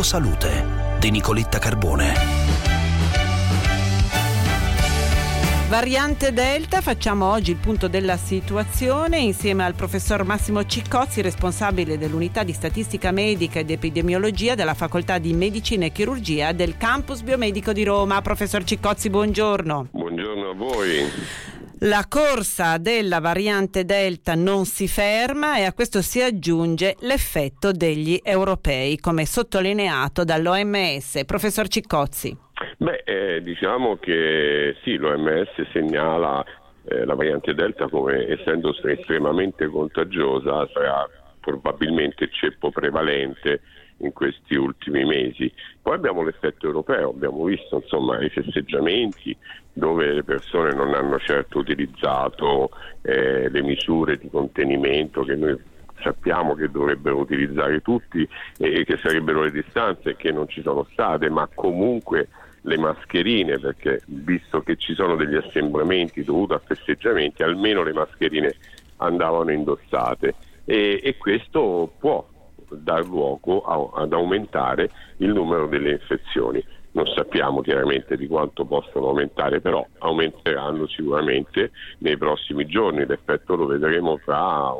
Salute di Nicoletta Carbone. Variante Delta, facciamo oggi il punto della situazione insieme al professor Massimo Ciccozzi, responsabile dell'unità di statistica medica ed epidemiologia della Facoltà di Medicina e Chirurgia del Campus Biomedico di Roma. Professor Ciccozzi, buongiorno. Buongiorno a voi. La corsa della variante Delta non si ferma e a questo si aggiunge l'effetto degli europei, come sottolineato dall'OMS. Professor Ciccozzi. Diciamo che sì, l'OMS segnala la variante Delta come essendo estremamente contagiosa, sarà probabilmente il ceppo prevalente in questi ultimi mesi. Poi abbiamo l'effetto europeo, abbiamo visto i festeggiamenti dove le persone non hanno certo utilizzato le misure di contenimento che noi sappiamo che dovrebbero utilizzare tutti e che sarebbero le distanze che non ci sono state, ma comunque le mascherine, perché visto che ci sono degli assembramenti dovuti a festeggiamenti, almeno le mascherine andavano indossate e questo può dar luogo ad aumentare il numero delle infezioni. Non sappiamo chiaramente di quanto possono aumentare, però aumenteranno sicuramente nei prossimi giorni. L'effetto lo vedremo fra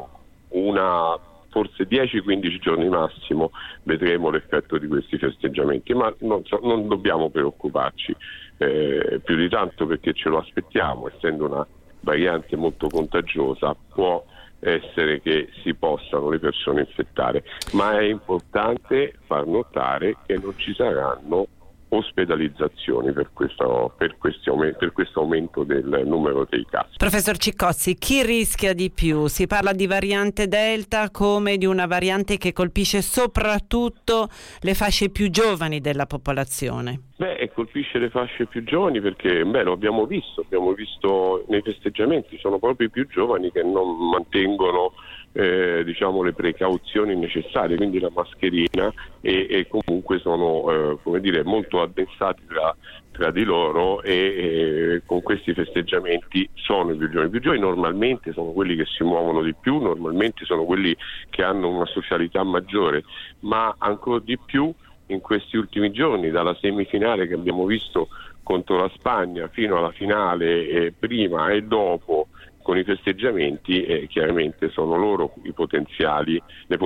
forse 10-15 giorni massimo, vedremo l'effetto di questi festeggiamenti, ma non dobbiamo preoccuparci più di tanto, perché ce lo aspettiamo. Essendo una variante molto contagiosa, può essere che si possano le persone infettare, ma è importante far notare che non ci saranno ospedalizzazioni per questo aumento del numero dei casi. Professor Ciccozzi, chi rischia di più? Si parla di variante Delta come di una variante che colpisce soprattutto le fasce più giovani della popolazione. Colpisce le fasce più giovani perché lo abbiamo visto nei festeggiamenti, sono proprio i più giovani che non mantengono le precauzioni necessarie, quindi la mascherina e comunque sono molto addensati tra di loro e con questi festeggiamenti sono i più giovani. I più giovani normalmente sono quelli che si muovono di più, normalmente sono quelli che hanno una socialità maggiore, ma ancora di più in questi ultimi giorni, dalla semifinale che abbiamo visto contro la Spagna fino alla finale, prima e dopo con i festeggiamenti, chiaramente sono loro le potenziali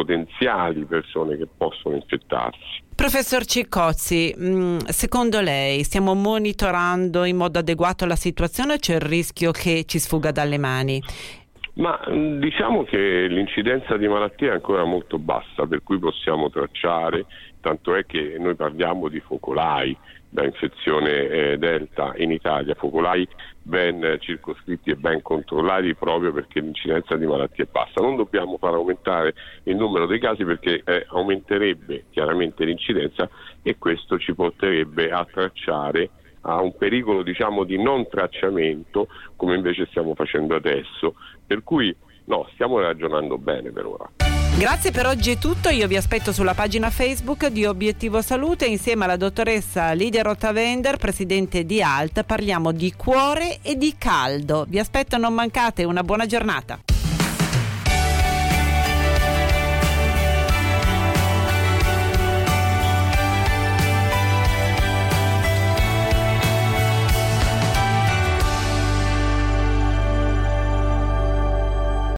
persone che possono infettarsi. Professor Ciccozzi, secondo lei stiamo monitorando in modo adeguato la situazione o c'è il rischio che ci sfugga dalle mani? Ma diciamo che l'incidenza di malattia è ancora molto bassa, per cui possiamo tracciare, tanto è che noi parliamo di focolai da infezione Delta in Italia, focolai ben circoscritti e ben controllati proprio perché l'incidenza di malattia è bassa. Non dobbiamo far aumentare il numero dei casi perché aumenterebbe chiaramente l'incidenza e questo ci porterebbe a tracciare a un pericolo di non tracciamento come invece stiamo facendo adesso, per cui stiamo ragionando bene per ora. Grazie, per oggi è tutto. Io vi aspetto sulla pagina Facebook di Obiettivo Salute insieme alla dottoressa Lidia Rotavender, presidente di ALT. Parliamo di cuore e di caldo. Vi aspetto, non mancate, una buona giornata.